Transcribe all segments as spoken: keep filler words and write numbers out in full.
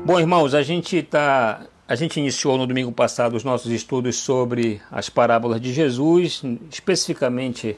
Bom, irmãos, a gente tá, a gente iniciou no domingo passado os nossos estudos sobre as parábolas de Jesus, especificamente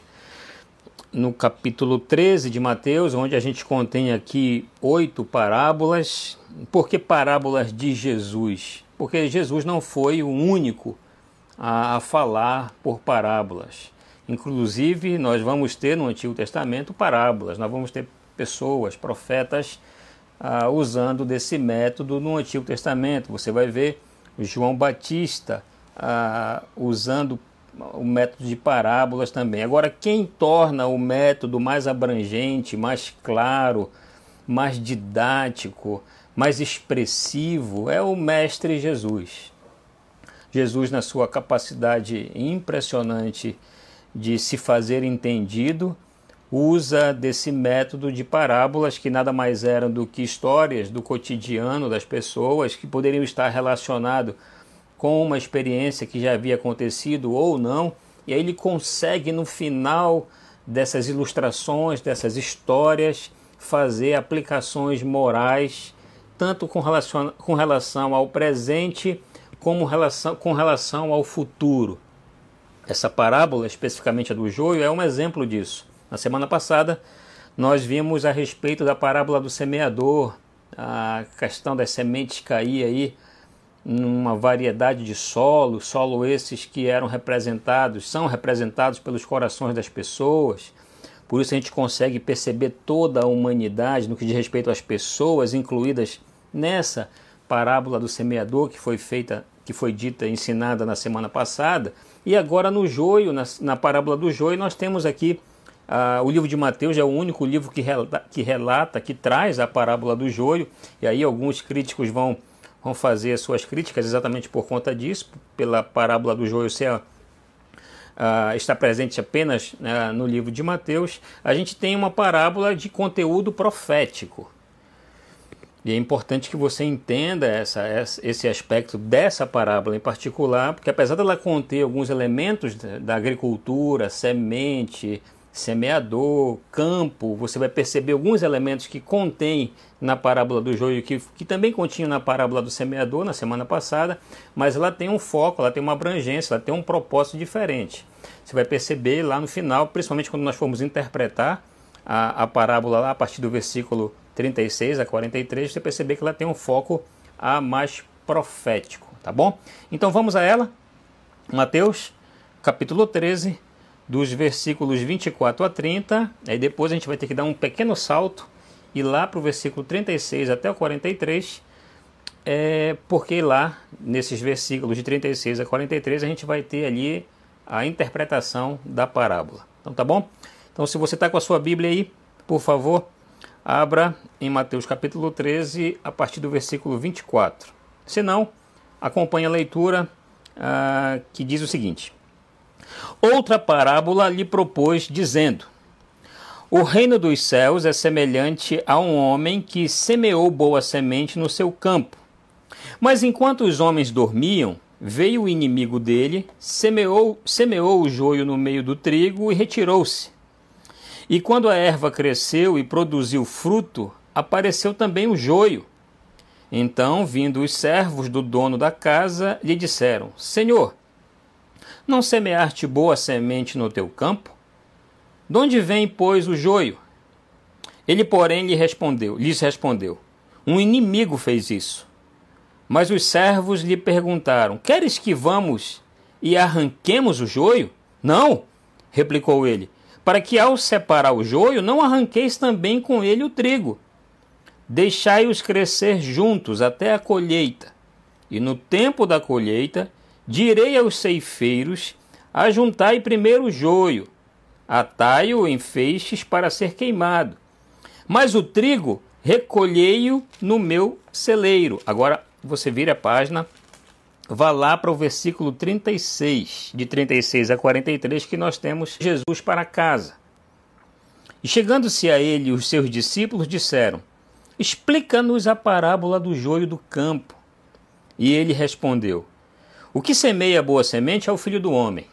no capítulo treze de Mateus, onde a gente contém aqui oito parábolas. Por que parábolas de Jesus? Porque Jesus não foi o único a, a falar por parábolas. Inclusive, nós vamos ter no Antigo Testamento parábolas, nós vamos ter pessoas, profetas, Uh, usando desse método no Antigo Testamento. Você vai ver João Batista uh, usando o método de parábolas também. Agora, quem torna o método mais abrangente, mais claro, mais didático, mais expressivo é o Mestre Jesus. Jesus, na sua capacidade impressionante de se fazer entendido, usa desse método de parábolas que nada mais eram do que histórias do cotidiano das pessoas que poderiam estar relacionado com uma experiência que já havia acontecido ou não, e aí ele consegue no final dessas ilustrações, dessas histórias, fazer aplicações morais, tanto com relação, com relação ao presente como relação, com relação ao futuro. Essa parábola, especificamente a do joio, é um exemplo disso. Na semana passada, nós vimos a respeito da parábola do semeador, a questão das sementes cair aí numa variedade de solo, solo esses que eram representados, são representados pelos corações das pessoas. Por isso a gente consegue perceber toda a humanidade no que diz respeito às pessoas incluídas nessa parábola do semeador que foi feita, que foi dita, ensinada na semana passada. E agora no joio, na, na parábola do joio, nós temos aqui Uh, o livro de Mateus é o único livro que relata, que relata, que traz a parábola do joio, e aí alguns críticos vão, vão fazer as suas críticas exatamente por conta disso, pela parábola do joio ser, uh, está presente apenas uh, no livro de Mateus. A gente tem uma parábola de conteúdo profético, e é importante que você entenda essa, esse aspecto dessa parábola em particular, porque apesar dela conter alguns elementos da, da agricultura, semente, semeador, campo, você vai perceber alguns elementos que contém na parábola do joio, que, que também continham na parábola do semeador na semana passada, mas ela tem um foco, ela tem uma abrangência, ela tem um propósito diferente. Você vai perceber lá no final, principalmente quando nós formos interpretar a, a parábola lá, a partir do versículo trinta e seis a quarenta e três, você vai perceber que ela tem um foco a mais profético, tá bom? Então vamos a ela, Mateus, capítulo treze, dos versículos vinte e quatro a trinta, aí depois a gente vai ter que dar um pequeno salto e lá para o versículo trinta e seis até o quarenta e três, é, porque lá nesses versículos de trinta e seis a quarenta e três a gente vai ter ali a interpretação da parábola. Então tá bom? Então se você está com a sua Bíblia aí, por favor, abra em Mateus capítulo treze a partir do versículo vinte e quatro. Se não, acompanhe a leitura ah, que diz o seguinte: outra parábola lhe propôs, dizendo: o reino dos céus é semelhante a um homem que semeou boa semente no seu campo. Mas enquanto os homens dormiam, veio o inimigo dele, semeou, semeou o joio no meio do trigo e retirou-se. E quando a erva cresceu e produziu fruto, apareceu também o joio. Então, vindo os servos do dono da casa, lhe disseram: Senhor, não semeaste boa semente no teu campo? De onde vem, pois, o joio? Ele, porém, lhe respondeu, lhes respondeu: um inimigo fez isso. Mas os servos lhe perguntaram: queres que vamos e arranquemos o joio? Não, replicou ele, para que ao separar o joio não arranqueis também com ele o trigo. Deixai-os crescer juntos até a colheita, e no tempo da colheita direi aos ceifeiros: ajuntai primeiro o joio, atai-o em feixes para ser queimado, mas o trigo recolhei-o no meu celeiro. Agora você vira a página, vá lá para o versículo trinta e seis, de trinta e seis a quarenta e três, que nós temos Jesus para casa. E chegando-se a ele, os seus discípulos disseram: explica-nos a parábola do joio do campo. E ele respondeu: o que semeia a boa semente é o Filho do Homem.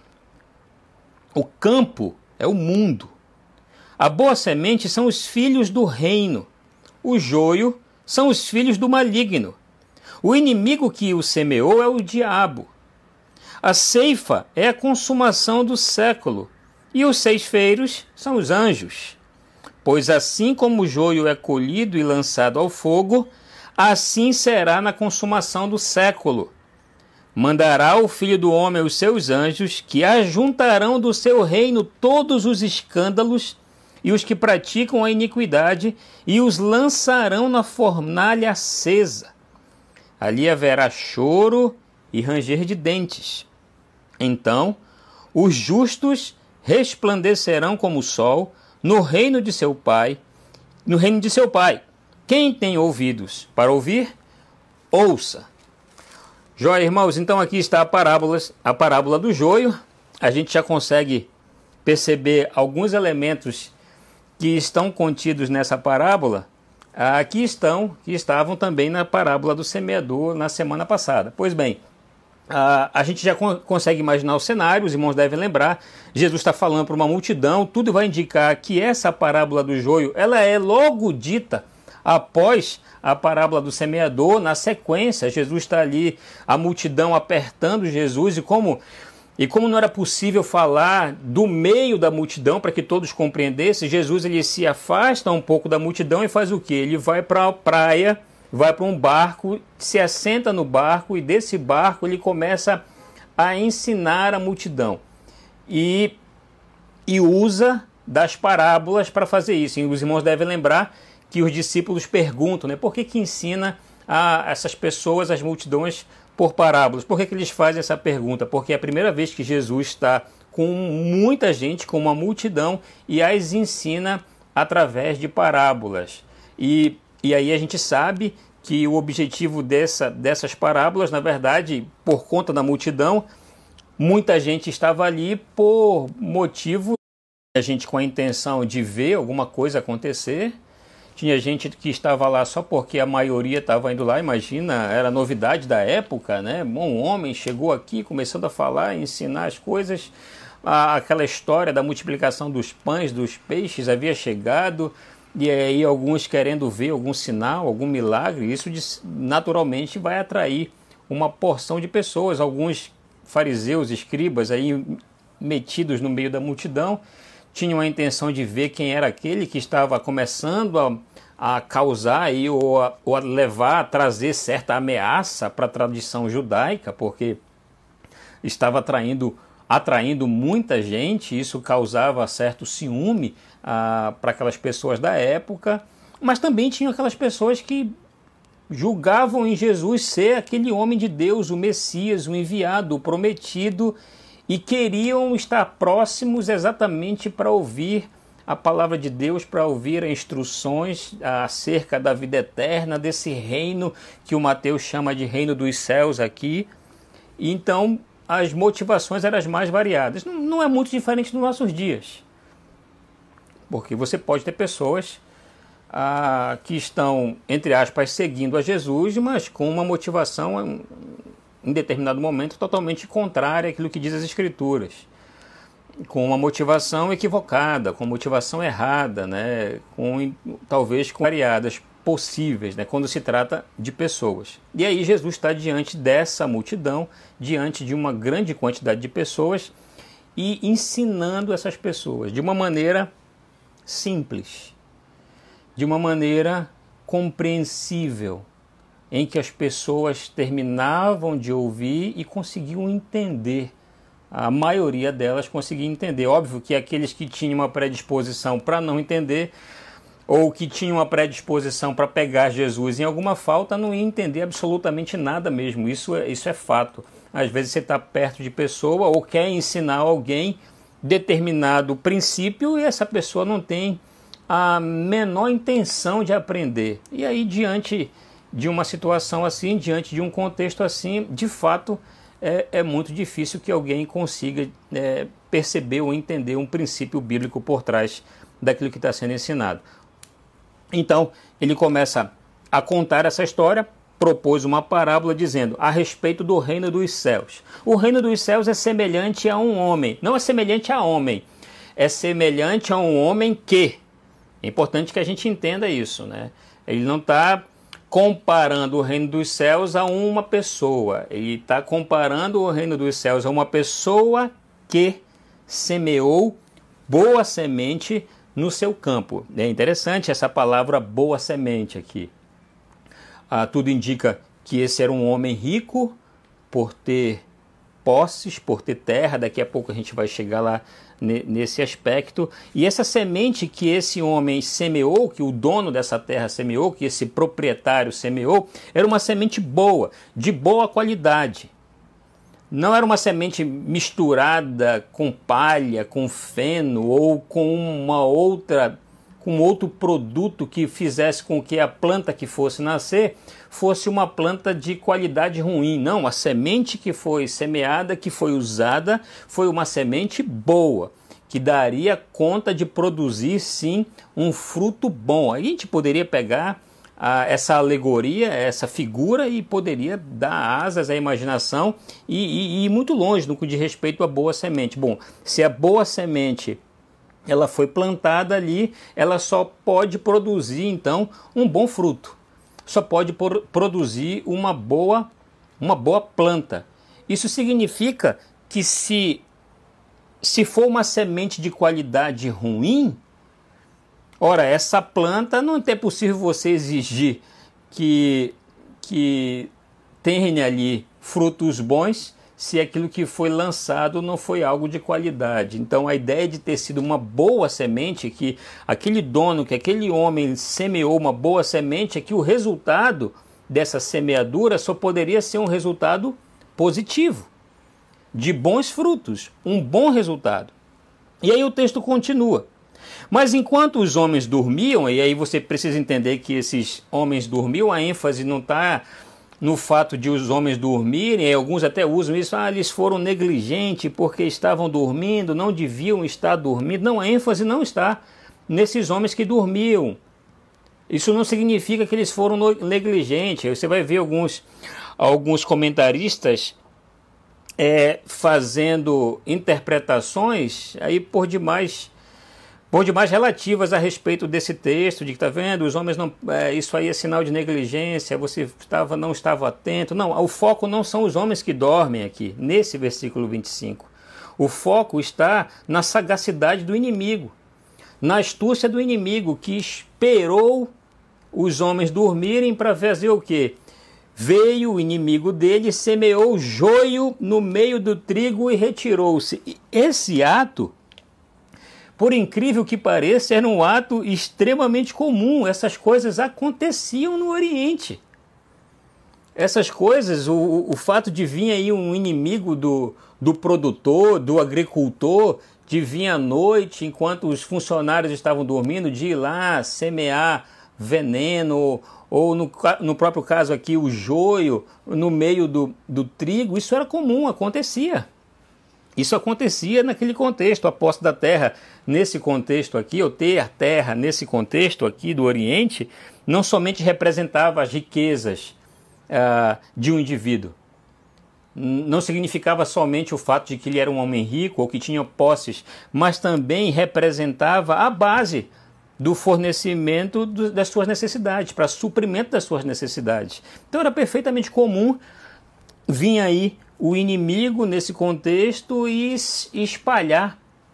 O campo é o mundo. A boa semente são os filhos do reino. O joio são os filhos do maligno. O inimigo que o semeou é o diabo. A ceifa é a consumação do século, e os ceifeiros são os anjos. Pois assim como o joio é colhido e lançado ao fogo, assim será na consumação do século. Mandará o Filho do Homem os seus anjos, que ajuntarão do seu reino todos os escândalos e os que praticam a iniquidade, e os lançarão na fornalha acesa. Ali haverá choro e ranger de dentes. Então os justos resplandecerão como o sol no reino de seu Pai, no reino de seu Pai. Quem tem ouvidos para ouvir, ouça. Joia, irmãos, então aqui está a parábola, a parábola do joio. A gente já consegue perceber alguns elementos que estão contidos nessa parábola, ah, que estão, que estavam também na parábola do semeador na semana passada. Pois bem, ah, a gente já con- consegue imaginar o cenário, os irmãos devem lembrar, Jesus está falando para uma multidão, tudo vai indicar que essa parábola do joio, ela é logo dita após a parábola do semeador. Na sequência, Jesus está ali, a multidão apertando Jesus, e como, e como não era possível falar do meio da multidão para que todos compreendessem, Jesus ele se afasta um pouco da multidão e faz o quê? Ele vai para a praia, vai para um barco, se assenta no barco, e desse barco ele começa a ensinar a multidão. E, e usa das parábolas para fazer isso. E os irmãos devem lembrar que os discípulos perguntam, né, por que que ensina a essas pessoas, as multidões, por parábolas? Por que que eles fazem essa pergunta? Porque é a primeira vez que Jesus está com muita gente, com uma multidão, e as ensina através de parábolas. E, e aí a gente sabe que o objetivo dessa, dessas parábolas, na verdade, por conta da multidão, muita gente estava ali por motivo, a gente com a intenção de ver alguma coisa acontecer. Tinha gente que estava lá só porque a maioria estava indo lá, imagina, era novidade da época, né? Um homem chegou aqui começando a falar, ensinar as coisas, aquela história da multiplicação dos pães, dos peixes havia chegado, e aí alguns querendo ver algum sinal, algum milagre. Isso naturalmente vai atrair uma porção de pessoas, alguns fariseus, escribas aí metidos no meio da multidão, tinham a intenção de ver quem era aquele que estava começando a, a causar aí, ou, a, ou a levar, a trazer certa ameaça para a tradição judaica, porque estava atraindo, atraindo muita gente. Isso causava certo ciúme ah, para aquelas pessoas da época, mas também tinham aquelas pessoas que julgavam em Jesus ser aquele homem de Deus, o Messias, o enviado, o prometido, e queriam estar próximos exatamente para ouvir a palavra de Deus, para ouvir as instruções acerca da vida eterna, desse reino que o Mateus chama de reino dos céus aqui. E então as motivações eram as mais variadas. Não, não é muito diferente dos nossos dias, porque você pode ter pessoas ah, que estão, entre aspas, seguindo a Jesus, mas com uma motivação em determinado momento totalmente contrária àquilo que diz as Escrituras, com uma motivação equivocada, com motivação errada, né? com, talvez com variadas possíveis, né? Quando se trata de pessoas. E aí Jesus está diante dessa multidão, diante de uma grande quantidade de pessoas, e ensinando essas pessoas de uma maneira simples, de uma maneira compreensível, em que as pessoas terminavam de ouvir e conseguiam entender. A maioria delas conseguia entender. Óbvio que aqueles que tinham uma predisposição para não entender, ou que tinham uma predisposição para pegar Jesus em alguma falta, não ia entender absolutamente nada mesmo. Isso é, isso é fato. Às vezes você está perto de pessoa ou quer ensinar alguém determinado princípio e essa pessoa não tem a menor intenção de aprender. E aí, diante de uma situação assim, diante de um contexto assim, de fato é, é muito difícil que alguém consiga é, perceber ou entender um princípio bíblico por trás daquilo que está sendo ensinado. Então ele começa a contar essa história, propôs uma parábola dizendo a respeito do reino dos céus. O reino dos céus é semelhante a um homem, não é semelhante a homem, é semelhante a um homem que, é importante que a gente entenda isso, né? Ele não está comparando o reino dos céus a uma pessoa. Ele está comparando o reino dos céus a uma pessoa que semeou boa semente no seu campo. É interessante essa palavra boa semente aqui. Ah, tudo indica que esse era um homem rico por ter posses, por ter terra. Daqui a pouco a gente vai chegar lá nesse aspecto. E essa semente que esse homem semeou, que o dono dessa terra semeou, que esse proprietário semeou, era uma semente boa, de boa qualidade. Não era uma semente misturada com palha, com feno ou com uma outra, com outro produto que fizesse com que a planta que fosse nascer fosse uma planta de qualidade ruim. Não, a semente que foi semeada, que foi usada, foi uma semente boa, que daria conta de produzir sim um fruto bom. Aí a gente poderia pegar a, essa alegoria, essa figura, e poderia dar asas à imaginação e, e, e ir muito longe no que diz respeito à boa semente. Bom, se a boa semente ela foi plantada ali, ela só pode produzir então um bom fruto, só pode por, produzir uma boa, uma boa planta. Isso significa que se, se for uma semente de qualidade ruim, ora, essa planta não é possível você exigir que, que tenha ali frutos bons se aquilo que foi lançado não foi algo de qualidade. Então a ideia de ter sido uma boa semente, que aquele dono, que aquele homem semeou uma boa semente, é que o resultado dessa semeadura só poderia ser um resultado positivo, de bons frutos, um bom resultado. E aí o texto continua. Mas enquanto os homens dormiam, e aí você precisa entender que esses homens dormiam, a ênfase não está no fato de os homens dormirem, alguns até usam isso, ah, eles foram negligentes porque estavam dormindo, não deviam estar dormindo. Não, a ênfase não está nesses homens que dormiam. Isso não significa que eles foram negligentes. Você vai ver alguns, alguns comentaristas é, fazendo interpretações aí por demais... Por demais relativas a respeito desse texto, de que está vendo, os homens não, é, isso aí é sinal de negligência, você estava, não estava atento. Não, o foco não são os homens que dormem aqui, nesse versículo vinte e cinco. O foco está na sagacidade do inimigo, na astúcia do inimigo, que esperou os homens dormirem para fazer o quê? Veio o inimigo dele, semeou joio no meio do trigo e retirou-se. Esse ato, por incrível que pareça, era um ato extremamente comum. Essas coisas aconteciam no Oriente. Essas coisas, o, o fato de vir aí um inimigo do, do produtor, do agricultor, de vir à noite, enquanto os funcionários estavam dormindo, de ir lá semear veneno, ou no, no próprio caso aqui, o joio no meio do, do trigo, isso era comum, acontecia. Isso acontecia naquele contexto, a posse da terra nesse contexto aqui, ou ter a terra nesse contexto aqui do Oriente, não somente representava as riquezas ah, de um indivíduo, não significava somente o fato de que ele era um homem rico ou que tinha posses, mas também representava a base do fornecimento do, das suas necessidades, para suprimento das suas necessidades. Então era perfeitamente comum vir aí o inimigo nesse contexto e espalhar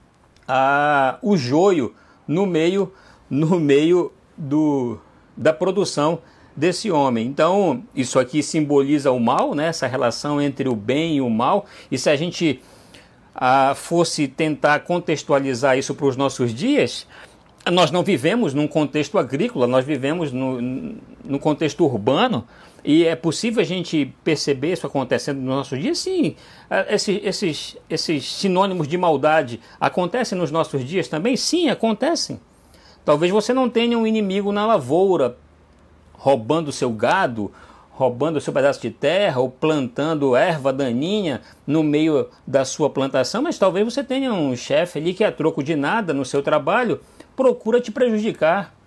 ah, o joio no meio, no meio do, da produção desse homem. Então isso aqui simboliza o mal, né? Essa relação entre o bem e o mal. E se a gente ah, fosse tentar contextualizar isso para os nossos dias, nós não vivemos num contexto agrícola, nós vivemos no, no contexto urbano. E é possível a gente perceber isso acontecendo nos nossos dias? Sim, esses, esses, esses sinônimos de maldade acontecem nos nossos dias também? Sim, acontecem. Talvez você não tenha um inimigo na lavoura, roubando o seu gado, roubando o seu pedaço de terra, ou plantando erva daninha no meio da sua plantação, mas talvez você tenha um chefe ali que, a troco de nada no seu trabalho, procura te prejudicar.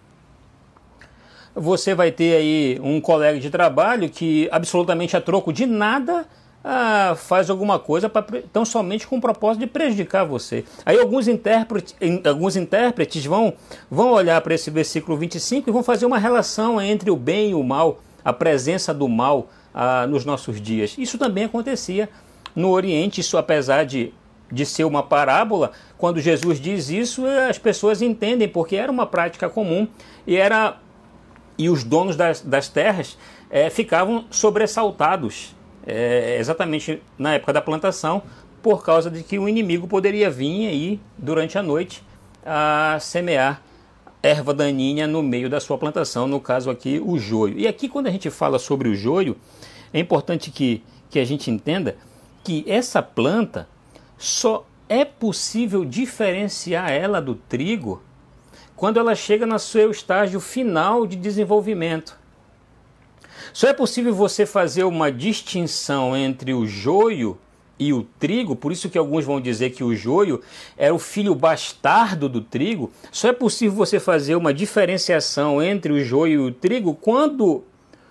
Você vai ter aí um colega de trabalho que absolutamente a troco de nada ah, faz alguma coisa pra, tão somente com o propósito de prejudicar você. Aí alguns intérpretes, alguns intérpretes vão, vão olhar para esse versículo vinte e cinco e vão fazer uma relação entre o bem e o mal. a presença do mal ah, nos nossos dias. Isso também acontecia no Oriente, isso apesar de, de ser uma parábola, quando Jesus diz isso, as pessoas entendem, porque era uma prática comum e, era, e os donos das, das terras é, ficavam sobressaltados, é, exatamente na época da plantação, por causa de que o inimigo poderia vir aí durante a noite a semear erva daninha no meio da sua plantação, no caso aqui o joio. E aqui quando a gente fala sobre o joio, é importante que, que a gente entenda que essa planta só é possível diferenciar ela do trigo quando ela chega no seu estágio final de desenvolvimento. Só é possível você fazer uma distinção entre o joio e o trigo, por isso que alguns vão dizer que o joio é o filho bastardo do trigo. Só é possível você fazer uma diferenciação entre o joio e o trigo quando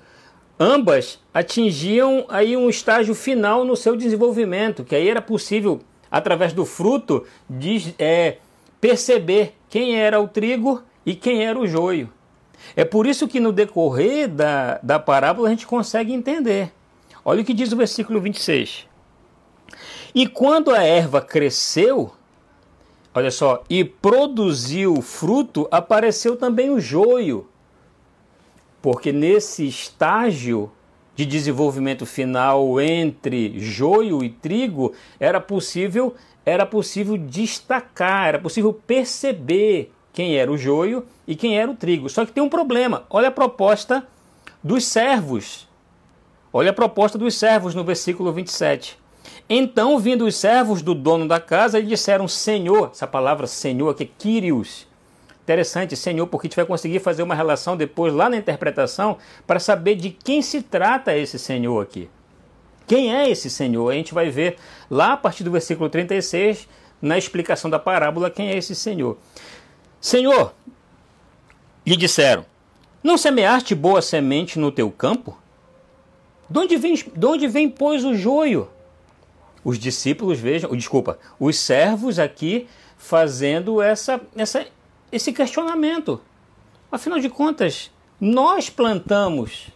ambas atingiam aí um estágio final no seu desenvolvimento, que aí era possível, através do fruto, de, é, perceber quem era o trigo e quem era o joio. É por isso que no decorrer da, da parábola a gente consegue entender. Olha o que diz o versículo vinte e seis. E quando a erva cresceu, olha só, e produziu fruto, apareceu também o joio. Porque nesse estágio de desenvolvimento final entre joio e trigo, era possível, era possível destacar, era possível perceber quem era o joio e quem era o trigo. Só que tem um problema. Olha a proposta dos servos. Olha a proposta dos servos no versículo vinte e sete. Então, vindo os servos do dono da casa, eles disseram Senhor. Essa palavra Senhor aqui é Kyrios. Interessante, Senhor, porque a gente vai conseguir fazer uma relação depois lá na interpretação para saber de quem se trata esse Senhor aqui. Quem é esse Senhor? A gente vai ver lá a partir do versículo trinta e seis, na explicação da parábola, quem é esse Senhor. Senhor, lhe disseram, não semeaste boa semente no teu campo? De onde vem, de onde vem pois, o joio? Os discípulos, vejam, desculpa, os servos aqui fazendo essa, essa, esse questionamento. Afinal de contas, nós plantamos,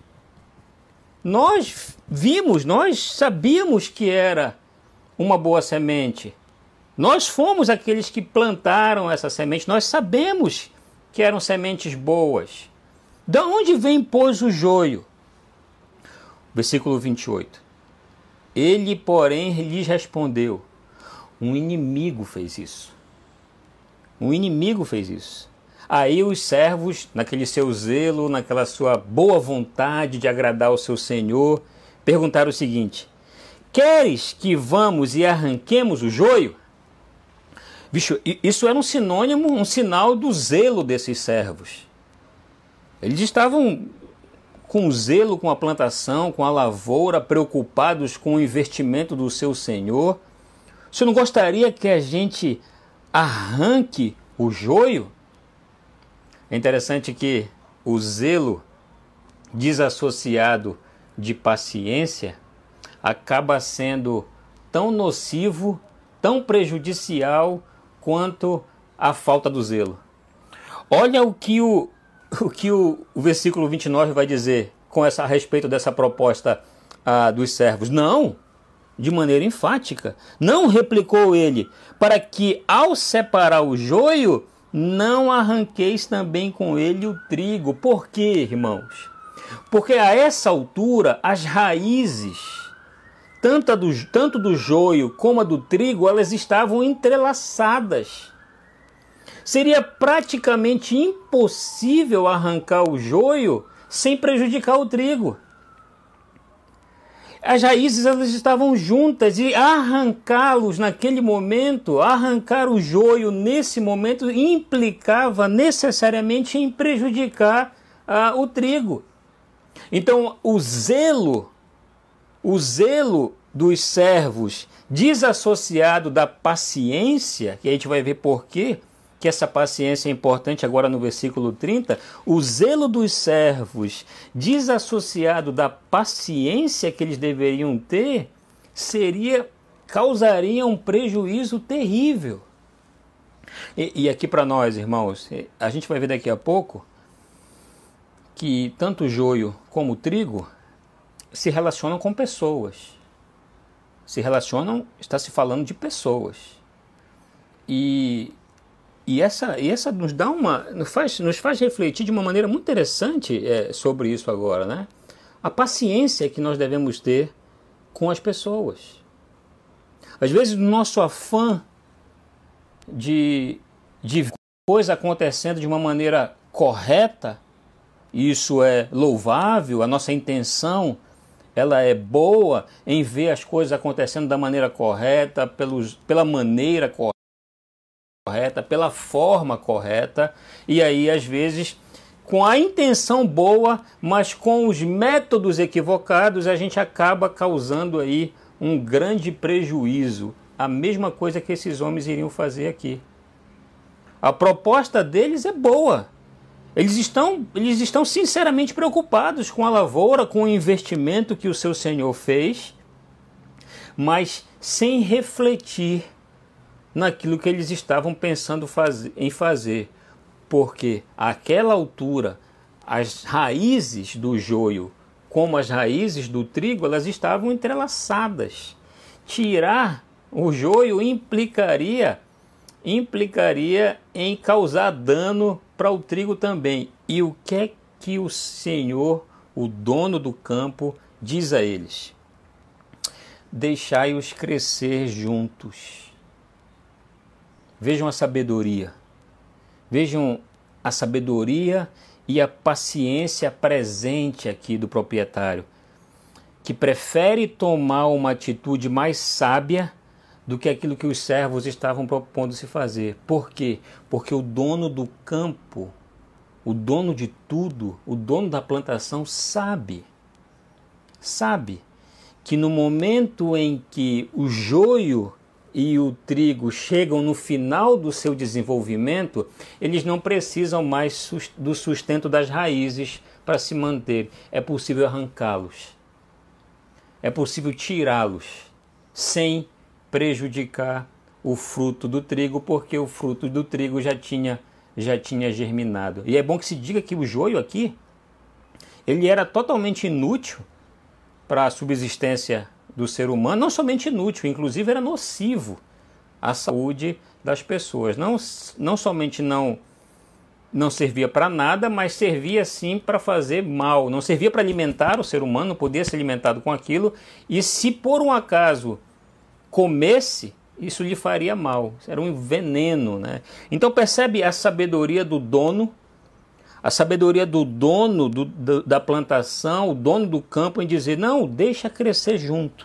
nós vimos, nós sabíamos que era uma boa semente. Nós fomos aqueles que plantaram essa semente, nós sabemos que eram sementes boas. De onde vem, pois, o joio? Versículo vinte e oito. Ele, porém, lhes respondeu, um inimigo fez isso. Um inimigo fez isso. Aí os servos, naquele seu zelo, naquela sua boa vontade de agradar ao seu senhor, perguntaram o seguinte, queres que vamos e arranquemos o joio? Bicho, isso era um sinônimo, um sinal do zelo desses servos. Eles estavam com zelo com a plantação, com a lavoura, preocupados com o investimento do seu senhor. Você não gostaria que a gente arranque o joio? É interessante que o zelo desassociado de paciência acaba sendo tão nocivo, tão prejudicial quanto a falta do zelo. Olha o que o O que o, o versículo vinte e nove vai dizer com essa, a respeito dessa proposta ah, dos servos. Não, de maneira enfática. Não, replicou ele, para que ao separar o joio, não arranqueis também com ele o trigo. Por quê, irmãos? Porque a essa altura, as raízes, tanto do, tanto do joio como a do trigo, elas estavam entrelaçadas. Seria praticamente impossível arrancar o joio sem prejudicar o trigo. As raízes elas estavam juntas e arrancá-los naquele momento, arrancar o joio nesse momento implicava necessariamente em prejudicar ah, o trigo. Então o zelo, o zelo dos servos desassociado da paciência, que a gente vai ver por quê, que essa paciência é importante agora no versículo trinta, o zelo dos servos desassociado da paciência que eles deveriam ter, seria, causaria um prejuízo terrível. E, e aqui para nós, irmãos, a gente vai ver daqui a pouco que tanto o joio como o trigo se relacionam com pessoas. Se relacionam, está se falando de pessoas. E, e, essa, e essa nos dá uma, nos faz, nos faz refletir de uma maneira muito interessante é, sobre isso agora, né? A paciência que nós devemos ter com as pessoas. Às vezes, no nosso afã de, de coisa acontecendo de uma maneira correta, isso é louvável, a nossa intenção ela é boa em ver as coisas acontecendo da maneira correta, pelos, pela maneira correta, pela forma correta, e aí às vezes com a intenção boa, mas com os métodos equivocados, a gente acaba causando aí um grande prejuízo. A mesma coisa que esses homens iriam fazer aqui. A proposta deles é boa. Eles estão, eles estão sinceramente preocupados com a lavoura, com o investimento que o seu senhor fez, mas sem refletir naquilo que eles estavam pensando faz, em fazer. Porque àquela altura, as raízes do joio, como as raízes do trigo, elas estavam entrelaçadas. Tirar o joio implicaria, implicaria em causar dano para o trigo também. E o que é que o Senhor, o dono do campo, diz a eles? Deixai-os crescer juntos. Vejam a sabedoria. Vejam a sabedoria e a paciência presente aqui do proprietário, que prefere tomar uma atitude mais sábia do que aquilo que os servos estavam propondo se fazer. Por quê? Porque o dono do campo, o dono de tudo, o dono da plantação sabe, sabe que no momento em que o joio e o trigo chegam no final do seu desenvolvimento, eles não precisam mais do sustento das raízes para se manter. É possível arrancá-los. É possível tirá-los sem prejudicar o fruto do trigo, porque o fruto do trigo já tinha, já tinha germinado. E é bom que se diga que o joio aqui, ele era totalmente inútil para a subsistência do ser humano, não somente inútil, inclusive era nocivo à saúde das pessoas. Não, não somente não, não servia para nada, mas servia sim para fazer mal. Não servia para alimentar o ser humano, não podia ser alimentado com aquilo, e se por um acaso comesse, isso lhe faria mal. Era um veneno, né? Então percebe a sabedoria do dono, a sabedoria do dono do, do, da plantação, o dono do campo, em dizer, não, deixa crescer junto,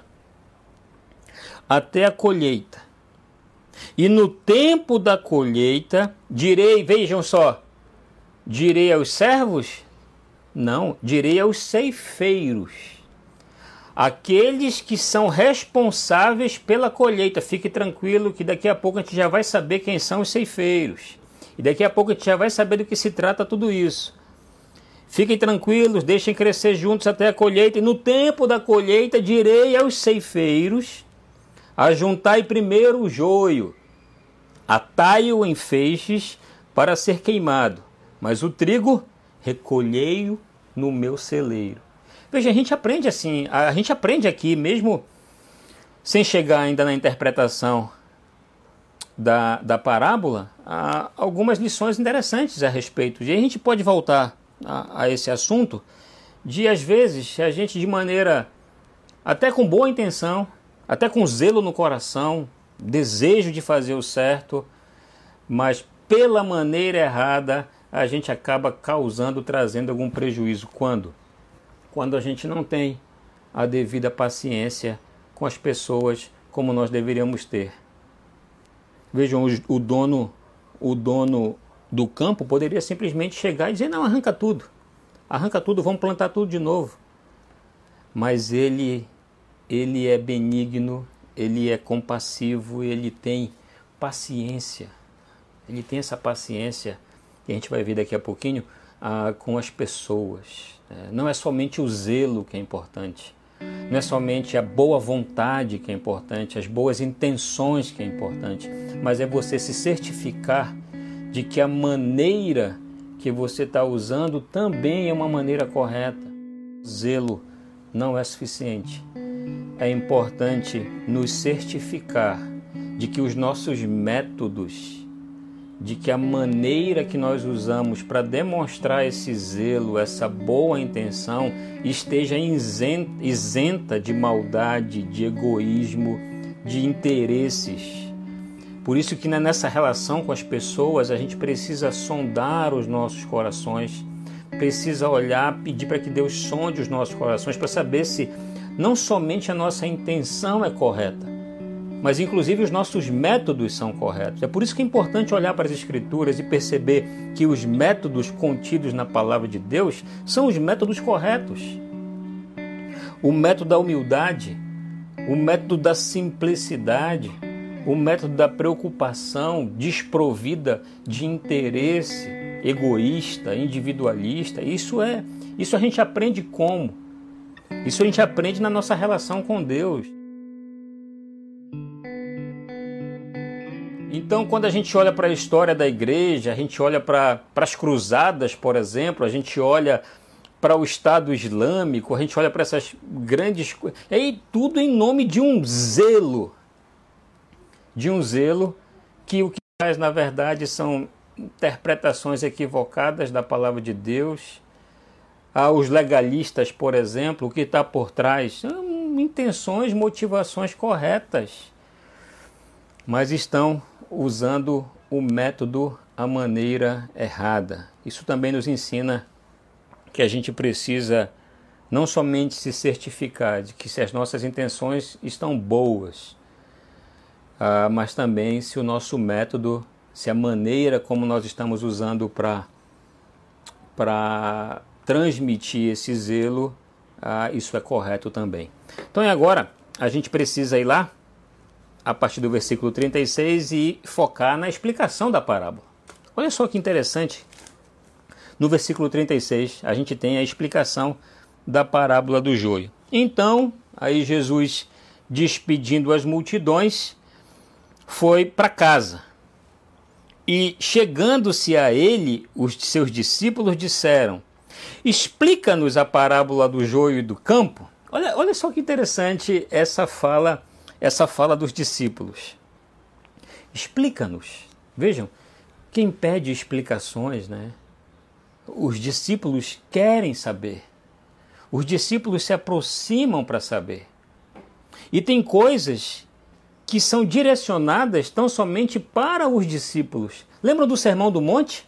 até a colheita. E no tempo da colheita, direi, vejam só, direi aos servos? Não, direi aos ceifeiros, aqueles que são responsáveis pela colheita. Fique tranquilo que daqui a pouco a gente já vai saber quem são os ceifeiros. E daqui a pouco a gente já vai saber do que se trata tudo isso. Fiquem tranquilos, deixem crescer juntos até a colheita. E no tempo da colheita direi aos ceifeiros, ajuntai primeiro o joio, atai-o em feixes para ser queimado, mas o trigo recolhei-o no meu celeiro. Veja, a gente aprende assim, a gente aprende aqui, mesmo sem chegar ainda na interpretação da, da parábola, há algumas lições interessantes a respeito. E a gente pode voltar a, a esse assunto de, às vezes, a gente de maneira até com boa intenção, até com zelo no coração, desejo de fazer o certo, mas pela maneira errada a gente acaba causando, trazendo algum prejuízo. Quando? Quando a gente não tem a devida paciência com as pessoas como nós deveríamos ter. Vejam, o, o, dono, o dono do campo poderia simplesmente chegar e dizer, não, arranca tudo, arranca tudo, vamos plantar tudo de novo. Mas ele, ele é benigno, ele é compassivo, ele tem paciência, ele tem essa paciência, que a gente vai ver daqui a pouquinho, ah, com as pessoas. Não é somente o zelo que é importante, não é somente a boa vontade que é importante, as boas intenções que é importante, mas é você se certificar de que a maneira que você está usando também é uma maneira correta. Zelo não é suficiente. É importante nos certificar de que os nossos métodos, de que a maneira que nós usamos para demonstrar esse zelo, essa boa intenção, esteja isenta de maldade, de egoísmo, de interesses. Por isso que nessa relação com as pessoas a gente precisa sondar os nossos corações, precisa olhar, pedir para que Deus sonde os nossos corações para saber se não somente a nossa intenção é correta, mas inclusive os nossos métodos são corretos. É por isso que é importante olhar para as Escrituras e perceber que os métodos contidos na palavra de Deus são os métodos corretos. O método da humildade, o método da simplicidade, o método da preocupação desprovida de interesse egoísta, individualista. Isso é, isso a gente aprende como? Isso a gente aprende na nossa relação com Deus. Então, quando a gente olha para a história da igreja, a gente olha para, para as cruzadas, por exemplo, a gente olha para o Estado Islâmico, a gente olha para essas grandes coisas, e aí tudo em nome de um zelo, de um zelo que o que faz, na verdade, são interpretações equivocadas da palavra de Deus. Aos legalistas, por exemplo, o que está por trás? São intenções, motivações corretas, mas estão usando o método, a maneira errada. Isso também nos ensina que a gente precisa não somente se certificar de que se as nossas intenções estão boas, ah, mas também se o nosso método, se a maneira como nós estamos usando para para transmitir esse zelo, ah, isso é correto também. Então, e agora a gente precisa ir lá a partir do versículo trinta e seis e focar na explicação da parábola. Olha só que interessante. No versículo trinta e seis, a gente tem a explicação da parábola do joio. Então, aí Jesus, despedindo as multidões, foi para casa. E, chegando-se a ele, os seus discípulos disseram: explica-nos a parábola do joio e do campo. Olha, olha só que interessante essa fala, essa fala dos discípulos. Explica-nos. Vejam, quem pede explicações, né? Os discípulos querem saber. Os discípulos se aproximam para saber. E tem coisas que são direcionadas tão somente para os discípulos. Lembram do Sermão do Monte?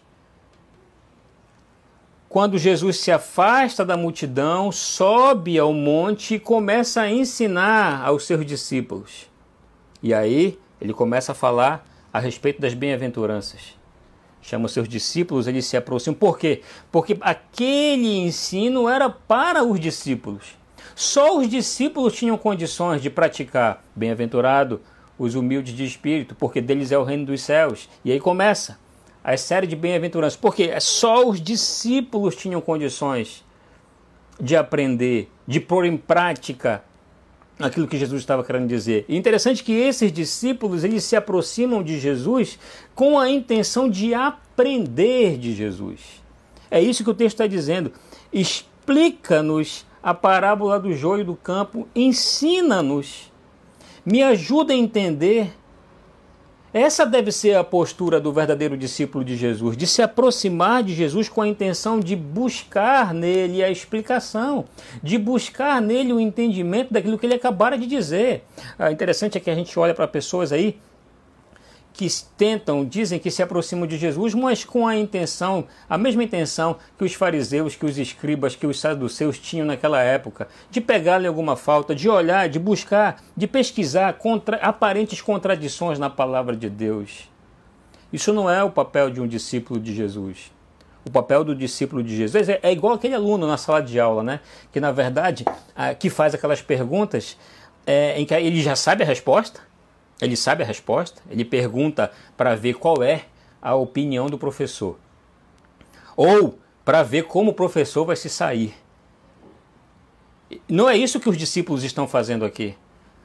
Quando Jesus se afasta da multidão, sobe ao monte e começa a ensinar aos seus discípulos. E aí ele começa a falar a respeito das bem-aventuranças. Chama os seus discípulos, eles se aproximam. Por quê? Porque aquele ensino era para os discípulos. Só os discípulos tinham condições de praticar. Bem-aventurado os humildes de espírito, porque deles é o reino dos céus. E aí começa a série de bem-aventuranças. Porque só os discípulos tinham condições de aprender, de pôr em prática aquilo que Jesus estava querendo dizer. E interessante que esses discípulos, eles se aproximam de Jesus com a intenção de aprender de Jesus. É isso que o texto está dizendo. Explica-nos a parábola do joio e do campo, ensina-nos, me ajuda a entender. Essa deve ser a postura do verdadeiro discípulo de Jesus, de se aproximar de Jesus com a intenção de buscar nele a explicação, de buscar nele o entendimento daquilo que ele acabara de dizer. Ah, interessante é que a gente olha para pessoas aí que tentam, dizem que se aproximam de Jesus, mas com a intenção, a mesma intenção que os fariseus, que os escribas, que os saduceus tinham naquela época, de pegar-lhe alguma falta, de olhar, de buscar, de pesquisar contra, aparentes contradições na palavra de Deus. Isso não é o papel de um discípulo de Jesus. O papel do discípulo de Jesus é, é igual aquele aluno na sala de aula, né? Que na verdade, a, que faz aquelas perguntas é, em que ele já sabe a resposta. Ele sabe a resposta, ele pergunta para ver qual é a opinião do professor. Ou para ver como o professor vai se sair. Não é isso que os discípulos estão fazendo aqui.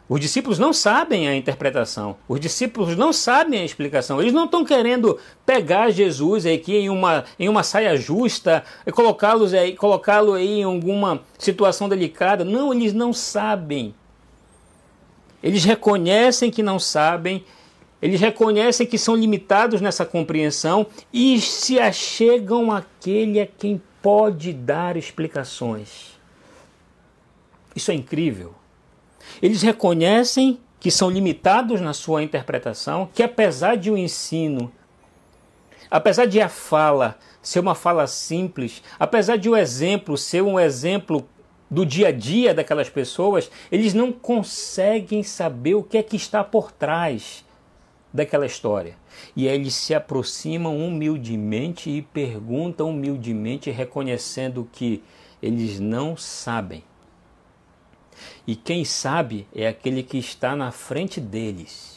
Os discípulos não sabem a interpretação, os discípulos não sabem a explicação, eles não estão querendo pegar Jesus aqui em uma, em uma saia justa e colocá-los aí, colocá-lo aí em alguma situação delicada. Não, eles não sabem. Eles reconhecem que não sabem, eles reconhecem que são limitados nessa compreensão e se achegam àquele a quem pode dar explicações. Isso é incrível. Eles reconhecem que são limitados na sua interpretação, que apesar de o ensino, apesar de a fala ser uma fala simples, apesar de o exemplo ser um exemplo do dia a dia daquelas pessoas, eles não conseguem saber o que é que está por trás daquela história. E aí eles se aproximam humildemente e perguntam humildemente, reconhecendo que eles não sabem. E quem sabe é aquele que está na frente deles.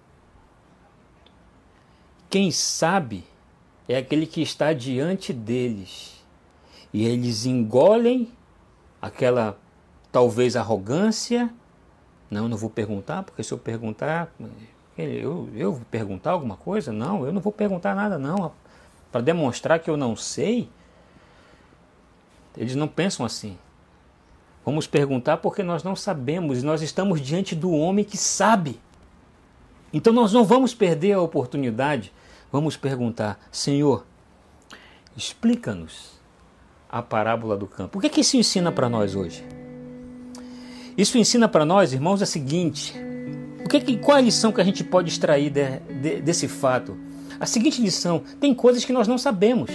Quem sabe é aquele que está diante deles. E eles engolem aquela talvez arrogância. Não, eu não vou perguntar, porque se eu perguntar, eu, eu vou perguntar alguma coisa? Não, eu não vou perguntar nada não. Para demonstrar que eu não sei. Eles não pensam assim. Vamos perguntar porque nós não sabemos e nós estamos diante do homem que sabe. Então nós não vamos perder a oportunidade. Vamos perguntar: Senhor, explica-nos a parábola do campo. O que é que isso ensina para nós hoje? Isso ensina para nós, irmãos, a seguinte: o que é que, qual é a lição que a gente pode extrair de, de, desse fato? A seguinte lição: tem coisas que nós não sabemos.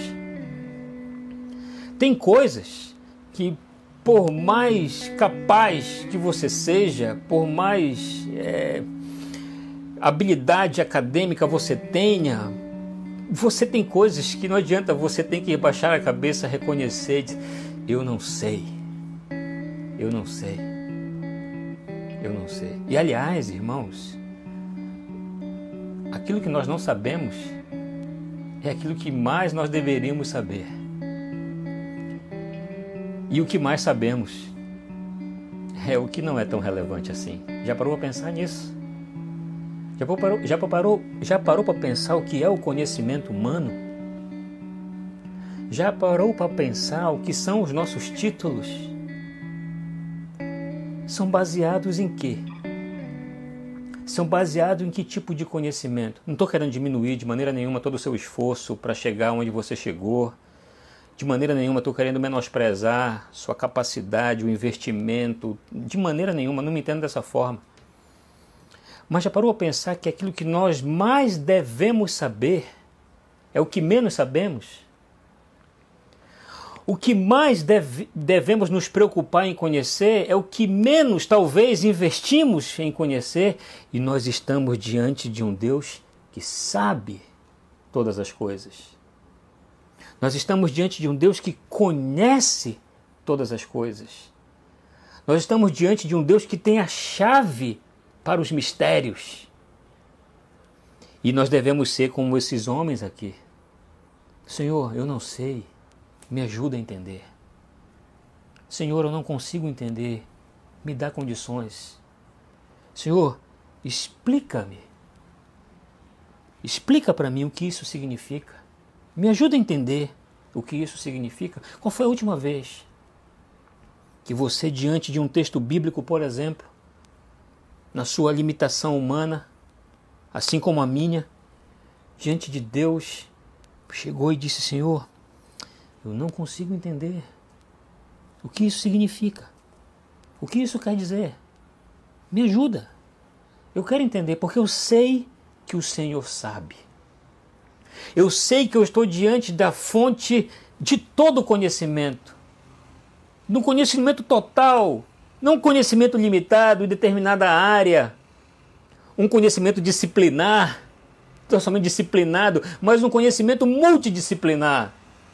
Tem coisas que, por mais capaz que você seja, por mais é, habilidade acadêmica você tenha, você tem coisas que não adianta, você tem que baixar a cabeça, reconhecer, dizer, eu não sei, eu não sei, eu não sei. E aliás, irmãos, aquilo que nós não sabemos é aquilo que mais nós deveríamos saber. E o que mais sabemos é o que não é tão relevante assim. Já parou para pensar nisso? Já parou, já parou, já parou para pensar o que é o conhecimento humano? Já parou para pensar o que são os nossos títulos? São baseados em quê? São baseados em que tipo de conhecimento? Não estou querendo diminuir de maneira nenhuma todo o seu esforço para chegar onde você chegou. De maneira nenhuma estou querendo menosprezar sua capacidade, o investimento. De maneira nenhuma, não me entendo dessa forma. Mas já parou a pensar que aquilo que nós mais devemos saber é o que menos sabemos? O que mais deve, devemos nos preocupar em conhecer é o que menos, talvez, investimos em conhecer. E nós estamos diante de um Deus que sabe todas as coisas. Nós estamos diante de um Deus que conhece todas as coisas. Nós estamos diante de um Deus que tem a chave para os mistérios. E nós devemos ser como esses homens aqui. Senhor, eu não sei, me ajuda a entender. Senhor, eu não consigo entender, me dá condições. Senhor, explica-me. Explica para mim o que isso significa. Me ajuda a entender o que isso significa. Qual foi a última vez que você, diante de um texto bíblico, por exemplo, na sua limitação humana, assim como a minha, diante de Deus, chegou e disse: Senhor, eu não consigo entender o que isso significa, o que isso quer dizer. Me ajuda. Eu quero entender, porque eu sei que o Senhor sabe. Eu sei que eu estou diante da fonte de todo o conhecimento, do conhecimento total, não um conhecimento limitado em determinada área, um conhecimento disciplinar, não somente disciplinado, mas um conhecimento multidisciplinar,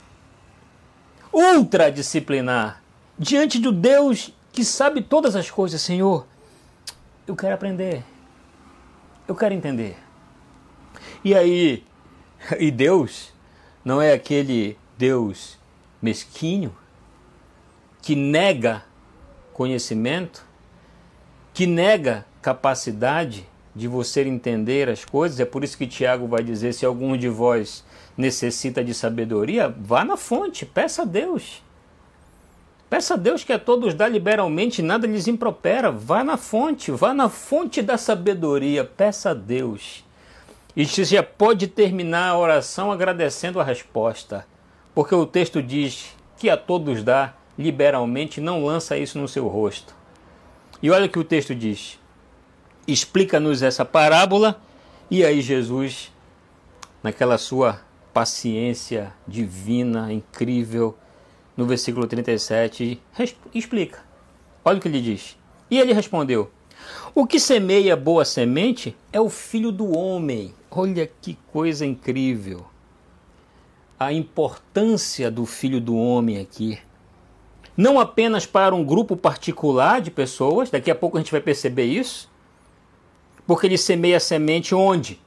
ultradisciplinar, diante do Deus que sabe todas as coisas. Senhor, eu quero aprender, eu quero entender. E aí, e Deus não é aquele Deus mesquinho que nega conhecimento, que nega capacidade de você entender as coisas. É por isso que Tiago vai dizer: se algum de vós necessita de sabedoria, vá na fonte, peça a Deus. Peça a Deus, que a todos dá liberalmente, nada lhes impropera. Vá na fonte, vá na fonte da sabedoria, peça a Deus. E você já pode terminar a oração agradecendo a resposta, porque o texto diz que a todos dá liberalmente, não lança isso no seu rosto. E olha o que o texto diz: explica-nos essa parábola. E aí Jesus, naquela sua paciência divina, incrível, no versículo trinta e sete, explica. Olha o que ele diz: e ele respondeu: o que semeia boa semente é o Filho do Homem. Olha que coisa incrível. A importância do Filho do Homem aqui. Não apenas para um grupo particular de pessoas, daqui a pouco a gente vai perceber isso, porque ele semeia a semente onde?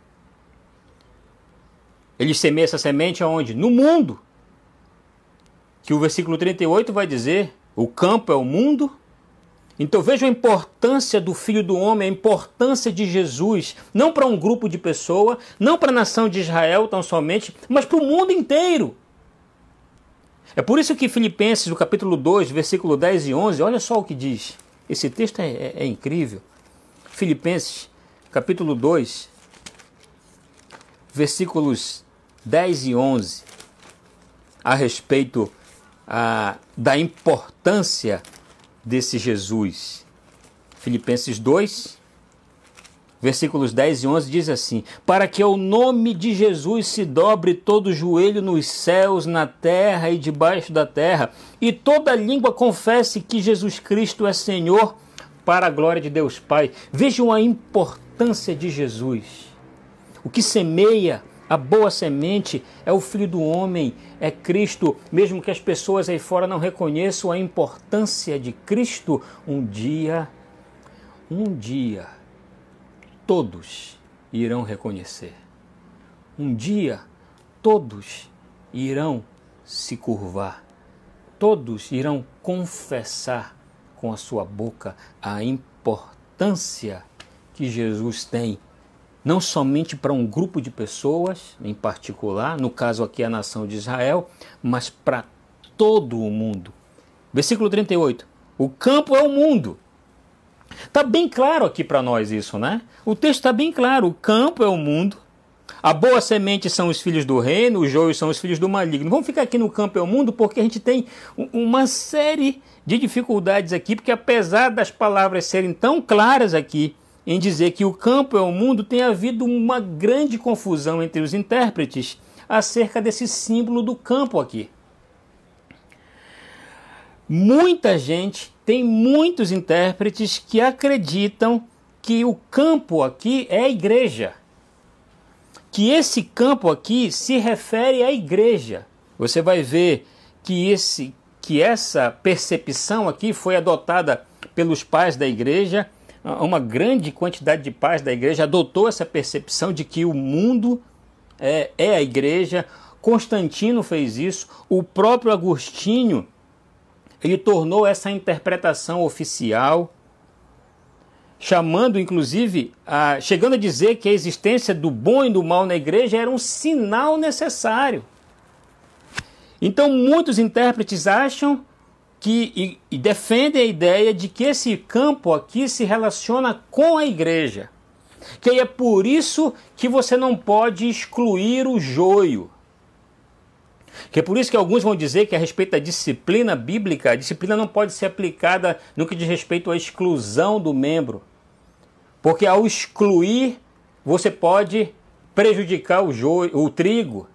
Ele semeia essa semente aonde? No mundo. Que o versículo trinta e oito vai dizer: o campo é o mundo. Então veja a importância do Filho do Homem, a importância de Jesus, não para um grupo de pessoas, não para a nação de Israel tão somente, mas para o mundo inteiro. É por isso que Filipenses, no capítulo dois, versículo dez e onze, olha só o que diz. Esse texto é, é, é incrível. Filipenses, capítulo dois, versículos dez e onze, a respeito a, da importância desse Jesus. Filipenses dois, versículos dez e onze diz assim: para que ao nome de Jesus se dobre todo o joelho nos céus, na terra e debaixo da terra, e toda língua confesse que Jesus Cristo é Senhor, para a glória de Deus Pai. Vejam a importância de Jesus. O que semeia a boa semente é o Filho do Homem, é Cristo. Mesmo que as pessoas aí fora não reconheçam a importância de Cristo, um dia, um dia, todos irão reconhecer. Um dia, todos irão se curvar. Todos irão confessar com a sua boca a importância que Jesus tem, não somente para um grupo de pessoas em particular, no caso aqui a nação de Israel, mas para todo o mundo. Versículo trinta e oito. O campo é o mundo. Está bem claro aqui para nós isso, né? O texto está bem claro. O campo é o mundo. A boa semente são os filhos do reino, os joios são os filhos do maligno. Vamos ficar aqui no campo é o mundo porque a gente tem uma série de dificuldades aqui, porque apesar das palavras serem tão claras aqui, em dizer que o campo é o mundo, tem havido uma grande confusão entre os intérpretes acerca desse símbolo do campo aqui. Muita gente, tem muitos intérpretes que acreditam que o campo aqui é a igreja. Que esse campo aqui se refere à igreja. Você vai ver que, esse, que essa percepção aqui foi adotada pelos pais da igreja. Uma grande quantidade de pais da igreja adotou essa percepção de que o mundo é, é a igreja. Constantino fez isso. O próprio Agostinho, ele tornou essa interpretação oficial, chamando inclusive, a, chegando a dizer que a existência do bom e do mal na igreja era um sinal necessário. Então muitos intérpretes acham que, e, e defendem a ideia de que esse campo aqui se relaciona com a igreja. Que é por isso que você não pode excluir o joio. Que é por isso que alguns vão dizer que a respeito da disciplina bíblica, a disciplina não pode ser aplicada no que diz respeito à exclusão do membro. Porque ao excluir, você pode prejudicar o joio, o trigo.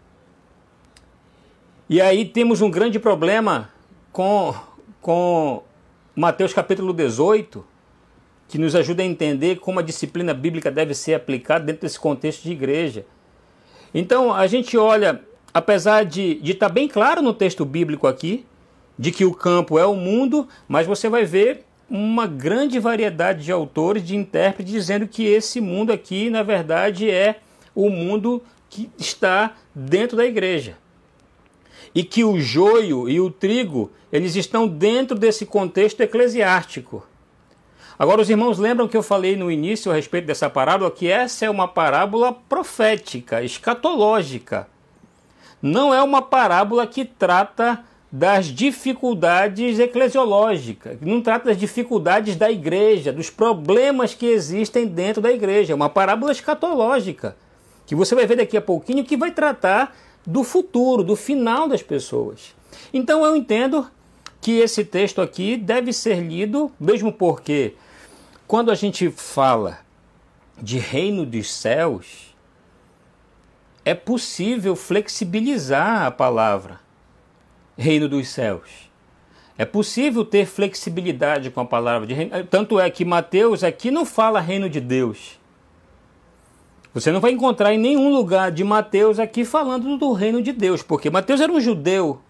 E aí temos um grande problema com, com Mateus capítulo dezoito, que nos ajuda a entender como a disciplina bíblica deve ser aplicada dentro desse contexto de igreja. Então a gente olha, apesar de estar bem claro no texto bíblico aqui, de que o campo é o mundo, mas você vai ver uma grande variedade de autores, de intérpretes, dizendo que esse mundo aqui, na verdade, é o mundo que está dentro da igreja. E que o joio e o trigo, eles estão dentro desse contexto eclesiástico. Agora, os irmãos lembram que eu falei no início a respeito dessa parábola, que essa é uma parábola profética, escatológica. Não é uma parábola que trata das dificuldades eclesiológicas, não trata das dificuldades da igreja, dos problemas que existem dentro da igreja. É uma parábola escatológica, que você vai ver daqui a pouquinho, que vai tratar do futuro, do final das pessoas. Então eu entendo que esse texto aqui deve ser lido, mesmo porque quando a gente fala de reino dos céus, é possível flexibilizar a palavra reino dos céus. É possível ter flexibilidade com a palavra de reino. Tanto é que Mateus aqui não fala reino de Deus. Você não vai encontrar em nenhum lugar de Mateus aqui falando do reino de Deus, porque Mateus era um judeu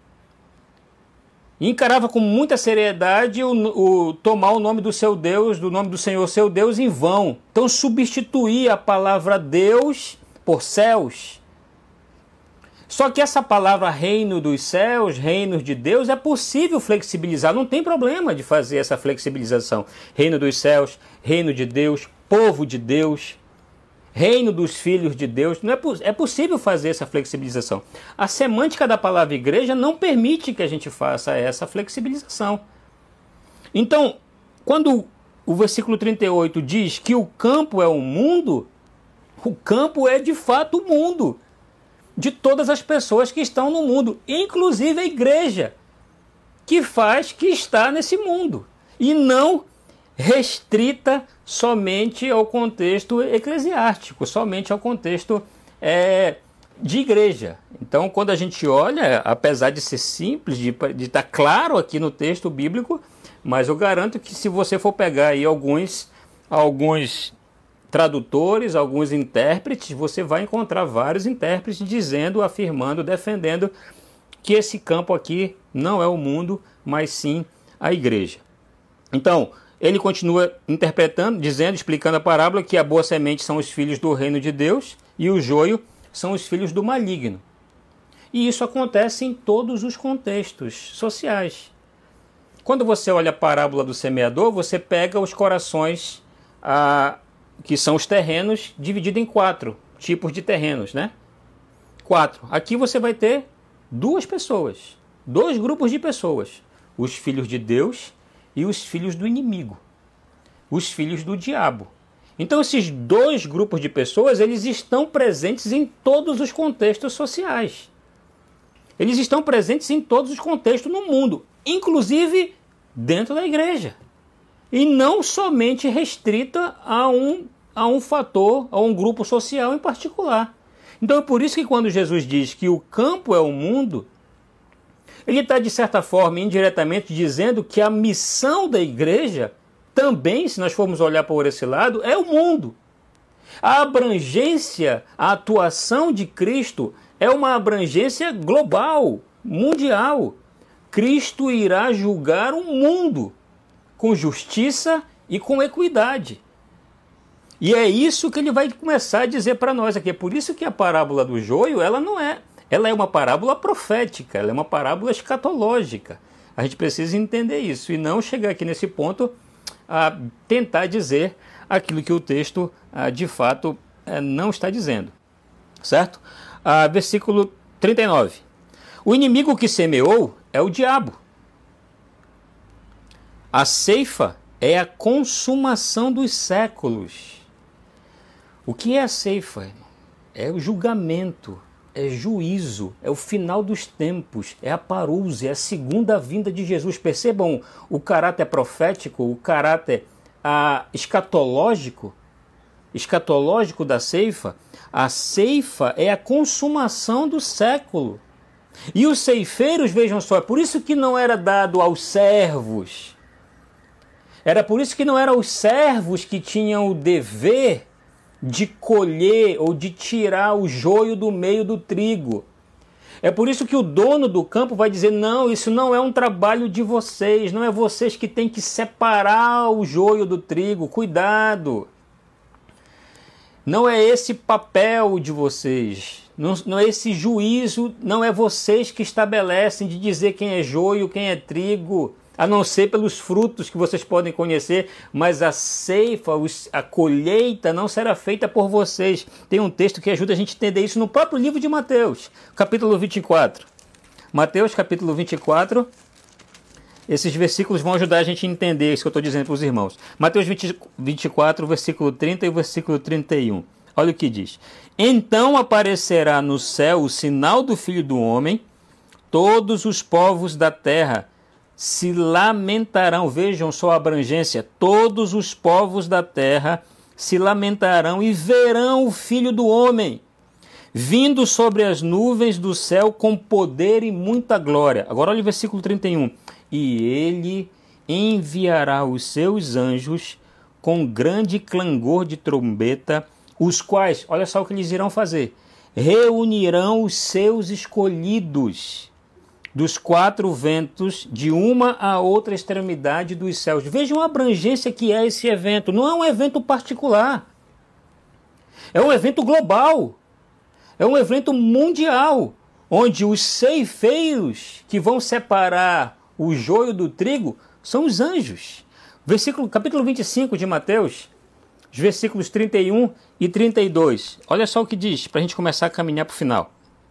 e encarava com muita seriedade o, o tomar o nome do seu Deus, do nome do Senhor seu Deus em vão. Então substituir a palavra Deus por céus. Só que essa palavra reino dos céus, reinos de Deus, é possível flexibilizar, não tem problema de fazer essa flexibilização. Reino dos céus, reino de Deus, povo de Deus, reino dos filhos de Deus, não é, é possível fazer essa flexibilização. A semântica da palavra igreja não permite que a gente faça essa flexibilização. Então, quando o versículo trinta e oito diz que o campo é o mundo, o campo é de fato o mundo de todas as pessoas que estão no mundo, inclusive a igreja, que faz, que está nesse mundo, e não restrita somente ao contexto eclesiástico, somente ao contexto é, de igreja. Então, quando a gente olha, apesar de ser simples, de, de estar claro aqui no texto bíblico, mas eu garanto que se você for pegar aí alguns, alguns tradutores, alguns intérpretes, você vai encontrar vários intérpretes dizendo, afirmando, defendendo que esse campo aqui não é o mundo, mas sim a igreja. Então, ele continua interpretando, dizendo, explicando a parábola, que a boa semente são os filhos do reino de Deus e o joio são os filhos do maligno. E isso acontece em todos os contextos sociais. Quando você olha a parábola do semeador, você pega os corações, a que são os terrenos, dividido em quatro tipos de terrenos, né? Quatro. Aqui você vai ter duas pessoas, dois grupos de pessoas. Os filhos de Deus e os filhos do inimigo. Os filhos do diabo. Então esses dois grupos de pessoas, eles estão presentes em todos os contextos sociais. Eles estão presentes em todos os contextos no mundo, inclusive dentro da igreja. E não somente restrita a um, a um fator, a um grupo social em particular. Então é por isso que quando Jesus diz que o campo é o mundo, ele está de certa forma, indiretamente, dizendo que a missão da igreja também, se nós formos olhar por esse lado, é o mundo. A abrangência, a atuação de Cristo é uma abrangência global, mundial. Cristo irá julgar o mundo com justiça e com equidade. E é isso que ele vai começar a dizer para nós aqui. É por isso que a parábola do joio, ela não é, ela é uma parábola profética, ela é uma parábola escatológica. A gente precisa entender isso e não chegar aqui nesse ponto a tentar dizer aquilo que o texto de fato não está dizendo. Certo? Ah, versículo trinta e nove. O inimigo que semeou é o diabo. A ceifa é a consumação dos séculos. O que é a ceifa? É o julgamento, é juízo, é o final dos tempos, é a parousia, é a segunda vinda de Jesus. Percebam o caráter profético, o caráter ah, escatológico, escatológico da ceifa. A ceifa é a consumação do século. E os ceifeiros, vejam só, é por isso que não era dado aos servos. Era por isso que não eram os servos que tinham o dever de colher ou de tirar o joio do meio do trigo. É por isso que o dono do campo vai dizer, não, isso não é um trabalho de vocês, não é vocês que têm que separar o joio do trigo, cuidado. Não é esse papel de vocês, não, não é esse juízo, não é vocês que estabelecem de dizer quem é joio, quem é trigo. a não ser pelos frutos que vocês podem conhecer, mas a ceifa, a colheita não será feita por vocês. Tem um texto que ajuda a gente a entender isso no próprio livro de Mateus, capítulo vinte e quatro. Mateus, capítulo vinte e quatro, esses versículos vão ajudar a gente a entender isso que eu estou dizendo para os irmãos. Mateus vinte e quatro, versículo trinta e o versículo trinta e um. Olha o que diz. Então aparecerá no céu o sinal do Filho do Homem, todos os povos da terra se lamentarão. Vejam só a abrangência. Todos os povos da terra se lamentarão e verão o Filho do Homem, vindo sobre as nuvens do céu com poder e muita glória. Agora olha o versículo trinta e um. E ele enviará os seus anjos com grande clangor de trombeta, os quais, olha só o que eles irão fazer, reunirão os seus escolhidos dos quatro ventos, de uma a outra extremidade dos céus. Vejam a abrangência que é esse evento. Não é um evento particular. É um evento global. É um evento mundial, onde os ceifeiros que vão separar o joio do trigo são os anjos. Versículo, capítulo vinte e cinco de Mateus, os versículos trinta e um e trinta e dois. Olha só o que diz, para a gente começar a caminhar para o final.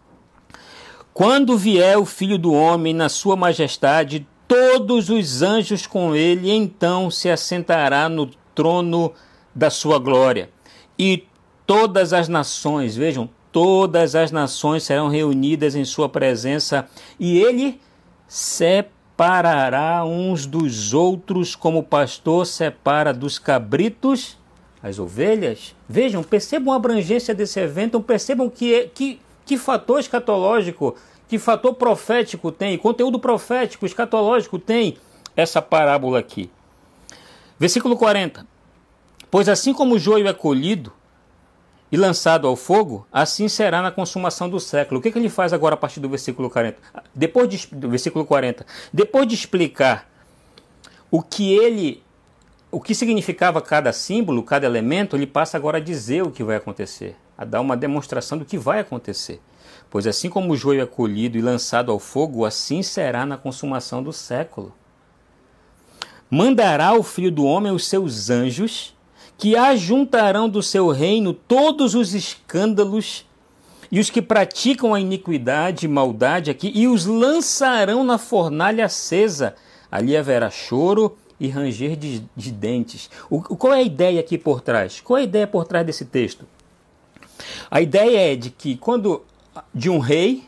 Quando vier o Filho do Homem na sua majestade, todos os anjos com ele, então se assentará no trono da sua glória. E todas as nações, vejam, todas as nações serão reunidas em sua presença, e ele separará uns dos outros, como o pastor separa dos cabritos as ovelhas. Vejam, percebam a abrangência desse evento, percebam que, que Que fator escatológico, que fator profético tem, conteúdo profético, escatológico tem essa parábola aqui. Versículo quarenta. Pois assim como o joio é colhido e lançado ao fogo, assim será na consumação do século. O que, que ele faz agora a partir do versículo quarenta? Depois de, do versículo quarenta. Depois de explicar o que ele, o que significava cada símbolo, cada elemento, ele passa agora a dizer o que vai acontecer, a dar uma demonstração do que vai acontecer. Pois assim como o joio é colhido e lançado ao fogo, assim será na consumação do século. Mandará o Filho do Homem os seus anjos, que ajuntarão do seu reino todos os escândalos e os que praticam a iniquidade e maldade aqui, e os lançarão na fornalha acesa. Ali haverá choro e ranger de, de dentes. O, qual é a ideia aqui por trás? Qual é a ideia por trás desse texto? A ideia é de que quando de um rei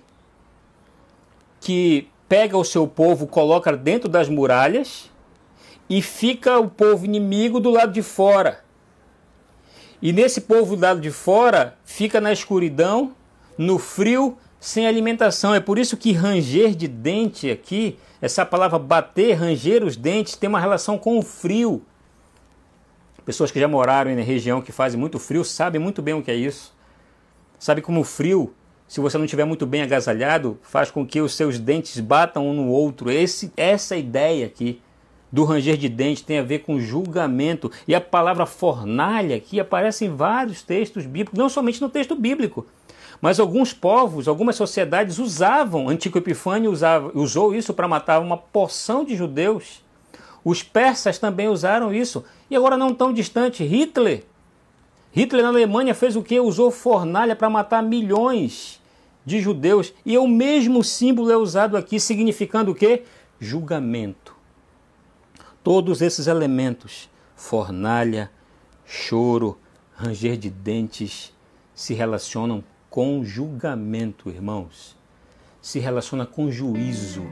que pega o seu povo, coloca dentro das muralhas e fica o povo inimigo do lado de fora. E nesse povo do lado de fora fica na escuridão, no frio, sem alimentação. É por isso que ranger de dente aqui, essa palavra bater, ranger os dentes, tem uma relação com o frio. Pessoas que já moraram em região que fazem muito frio sabem muito bem o que é isso. Sabe como o frio, se você não estiver muito bem agasalhado, faz com que os seus dentes batam um no outro. Esse, essa ideia aqui do ranger de dentes tem a ver com julgamento. E a palavra fornalha aqui aparece em vários textos bíblicos, não somente no texto bíblico, mas alguns povos, algumas sociedades usavam, Antíoco Epifânio usava, usou isso para matar uma porção de judeus. Os persas também usaram isso. E agora não tão distante, Hitler. Hitler na Alemanha fez o quê? Usou fornalha para matar milhões de judeus. E o mesmo símbolo é usado aqui, significando o quê? Julgamento. Todos esses elementos, fornalha, choro, ranger de dentes, se relacionam com julgamento, irmãos. Se relaciona com juízo.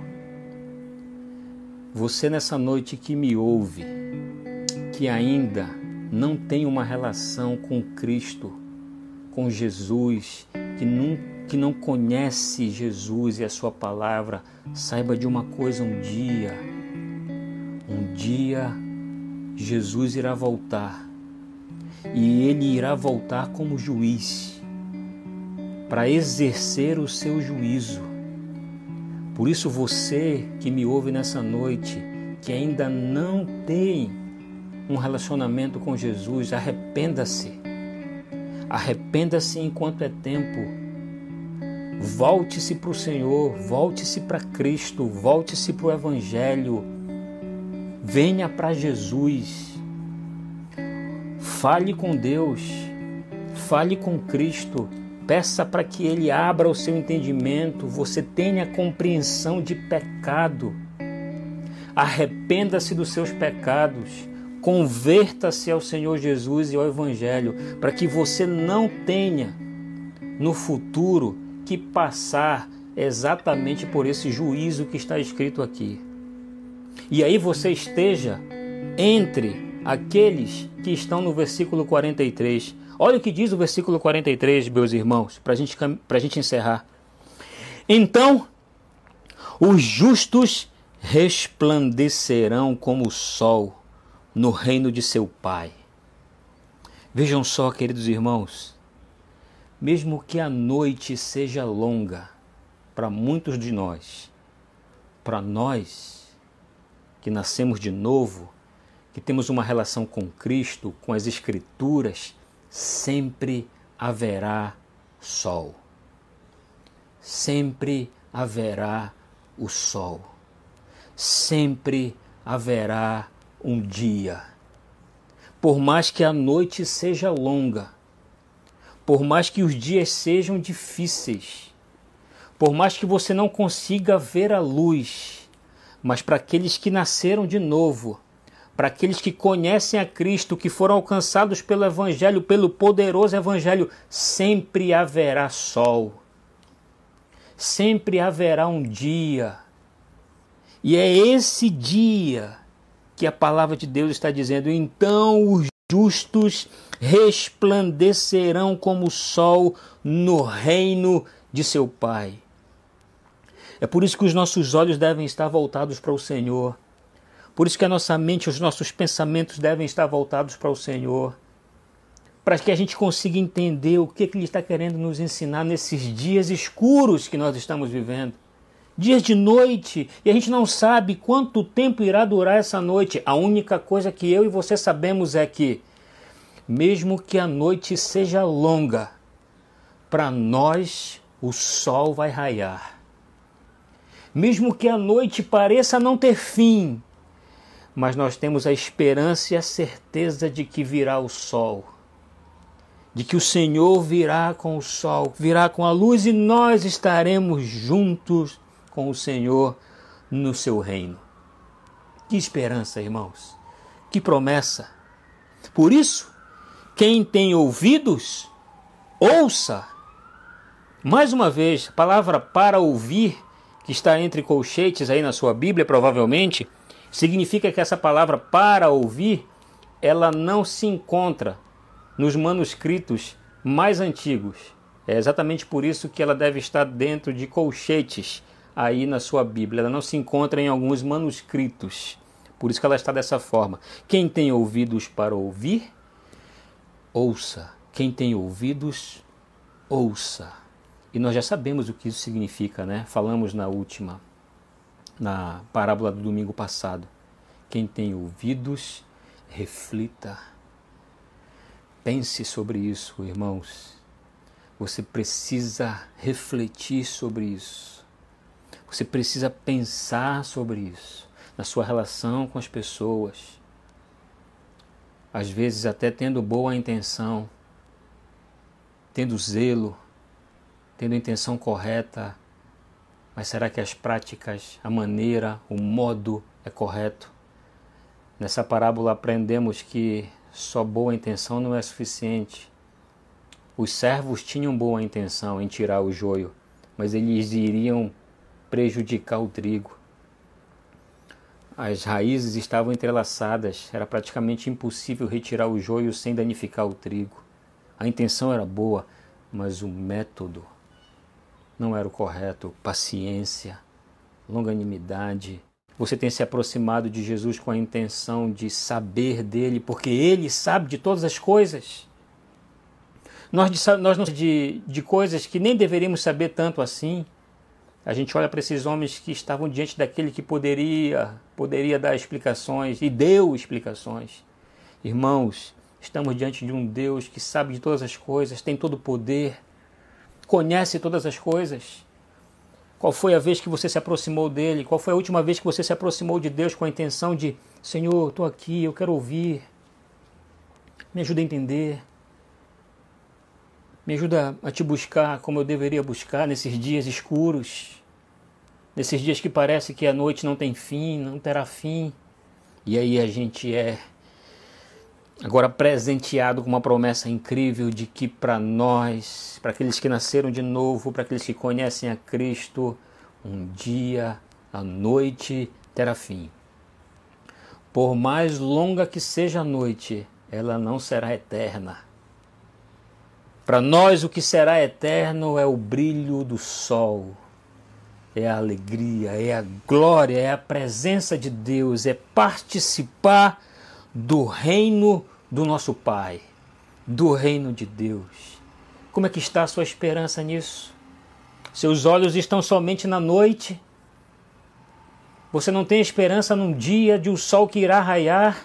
Você nessa noite que me ouve, que ainda não tem uma relação com Cristo, com Jesus, que não, que não conhece Jesus e a sua palavra, saiba de uma coisa um dia. Um dia Jesus irá voltar e ele irá voltar como juiz para exercer o seu juízo. Por isso você que me ouve nessa noite, que ainda não tem um relacionamento com Jesus, arrependa-se. Arrependa-se enquanto é tempo. Volte-se para o Senhor, volte-se para Cristo, volte-se para o Evangelho. Venha para Jesus. Fale com Deus. Fale com Cristo. Peça para que Ele abra o seu entendimento. Você tenha compreensão de pecado. Arrependa-se dos seus pecados. Converta-se ao Senhor Jesus e ao Evangelho, para que você não tenha no futuro que passar exatamente por esse juízo que está escrito aqui. E aí você esteja entre aqueles que estão no versículo quarenta e três. Olha o que diz o versículo quarenta e três, meus irmãos, para gente, a gente encerrar. Então, os justos resplandecerão como o sol no reino de seu Pai. Vejam só, queridos irmãos, mesmo que a noite seja longa para muitos de nós, para nós que nascemos de novo, que temos uma relação com Cristo, com as Escrituras, sempre haverá sol. Sempre haverá o sol. Sempre haverá um dia. Por mais que a noite seja longa, por mais que os dias sejam difíceis, por mais que você não consiga ver a luz, mas para aqueles que nasceram de novo, para aqueles que conhecem a Cristo, que foram alcançados pelo Evangelho, pelo poderoso Evangelho, sempre haverá sol. Sempre haverá um dia. E é esse dia que a palavra de Deus está dizendo: então os justos resplandecerão como o sol no reino de seu Pai. É por isso que os nossos olhos devem estar voltados para o Senhor. Por isso que a nossa mente, os nossos pensamentos devem estar voltados para o Senhor. Para que a gente consiga entender o que Ele está querendo nos ensinar nesses dias escuros que nós estamos vivendo. Dias de noite, e a gente não sabe quanto tempo irá durar essa noite. A única coisa que eu e você sabemos é que, mesmo que a noite seja longa, para nós o sol vai raiar. Mesmo que a noite pareça não ter fim, mas nós temos a esperança e a certeza de que virá o sol. De que o Senhor virá com o sol, virá com a luz e nós estaremos juntos com o Senhor no seu reino. Que esperança, irmãos! Que promessa! Por isso, quem tem ouvidos, ouça. Mais uma vez, a palavra para ouvir, que está entre colchetes aí na sua Bíblia, provavelmente, significa que essa palavra para ouvir, ela não se encontra nos manuscritos mais antigos. É exatamente por isso que ela deve estar dentro de colchetes aí na sua Bíblia. Ela não se encontra em alguns manuscritos. Por isso que ela está dessa forma. Quem tem ouvidos para ouvir, ouça. Quem tem ouvidos, ouça. E nós já sabemos o que isso significa, né? Falamos na última, na parábola do domingo passado. Quem tem ouvidos, reflita. Pense sobre isso, irmãos. Você precisa refletir sobre isso. Você precisa pensar sobre isso, na sua relação com as pessoas. Às vezes até tendo boa intenção, tendo zelo, tendo a intenção correta, mas será que as práticas, a maneira, o modo é correto? Nessa parábola aprendemos que só boa intenção não é suficiente. Os servos tinham boa intenção em tirar o joio, mas eles iriam prejudicar o trigo. As raízes estavam entrelaçadas, era praticamente impossível retirar o joio sem danificar o trigo. A intenção era boa, mas o método não era o correto. Paciência, longanimidade. Você tem se aproximado de Jesus com a intenção de saber dele, porque ele sabe de todas as coisas. Nós, nós não de, de coisas que nem deveríamos saber tanto assim. A gente olha para esses homens que estavam diante daquele que poderia, poderia dar explicações, e deu explicações. Irmãos, estamos diante de um Deus que sabe de todas as coisas, tem todo o poder, conhece todas as coisas. Qual foi a vez que você se aproximou dele? Qual foi a última vez que você se aproximou de Deus com a intenção de: Senhor, estou aqui, eu quero ouvir, me ajuda a entender, me ajuda a te buscar como eu deveria buscar nesses dias escuros, nesses dias que parece que a noite não tem fim, não terá fim. E aí a gente é agora presenteado com uma promessa incrível de que para nós, para aqueles que nasceram de novo, para aqueles que conhecem a Cristo, um dia, a noite terá fim. Por mais longa que seja a noite, ela não será eterna. Para nós o que será eterno é o brilho do sol, é a alegria, é a glória, é a presença de Deus, é participar do reino do nosso Pai, do reino de Deus. Como é que está a sua esperança nisso? Seus olhos estão somente na noite? Você não tem esperança num dia de um sol que irá raiar?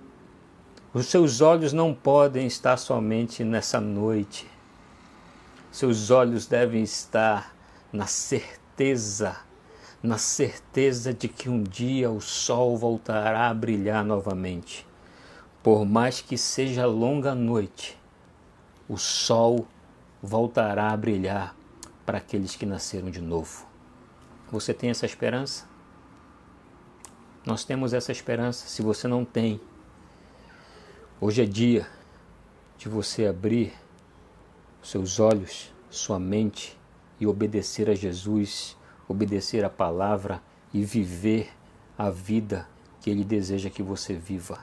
Os seus olhos não podem estar somente nessa noite. Seus olhos devem estar na certeza, na certeza de que um dia o sol voltará a brilhar novamente. Por mais que seja longa a noite, o sol voltará a brilhar para aqueles que nasceram de novo. Você tem essa esperança? Nós temos essa esperança. Se você não tem, hoje é dia de você abrir seus olhos, sua mente e obedecer a Jesus, obedecer a palavra e viver a vida que Ele deseja que você viva.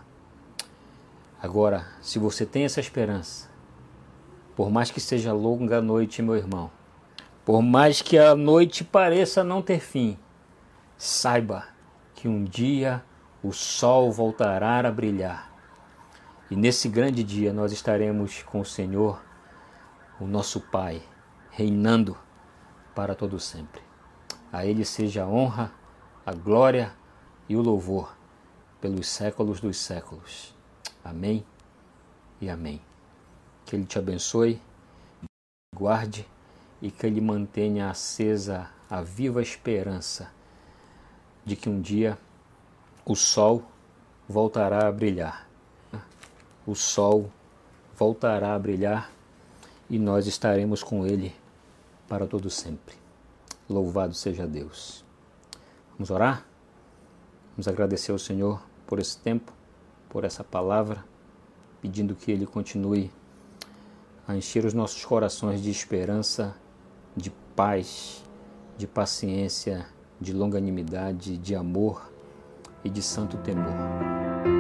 Agora, se você tem essa esperança, por mais que seja longa a noite, meu irmão, por mais que a noite pareça não ter fim, saiba que um dia o sol voltará a brilhar. E nesse grande dia nós estaremos com o Senhor, o nosso Pai, reinando para todo sempre. A Ele seja a honra, a glória e o louvor pelos séculos dos séculos. Amém e amém. Que Ele te abençoe, guarde e que Ele mantenha acesa a viva esperança de que um dia o sol voltará a brilhar. O sol voltará a brilhar e nós estaremos com Ele para todo sempre. Louvado seja Deus. Vamos orar? Vamos agradecer ao Senhor por esse tempo, por essa palavra, pedindo que Ele continue a encher os nossos corações de esperança, de paz, de paciência, de longanimidade, de amor e de santo temor.